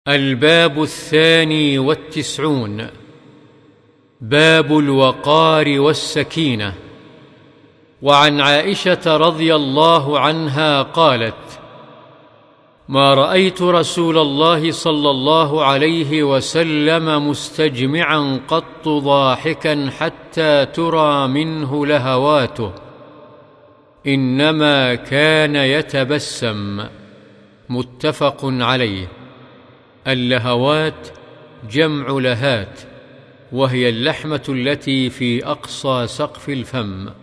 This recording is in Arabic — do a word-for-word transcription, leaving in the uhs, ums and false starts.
الباب الثاني والتسعون. باب الوقار والسكينة. وعن عائشة رضي الله عنها قالت: ما رأيت رسول الله صلى الله عليه وسلم مستجمعا قط ضاحكا حتى ترى منه لهواته، إنما كان يتبسم. متفق عليه. اللهوات جمع لهات، وهي اللحمة التي في أقصى سقف الفم.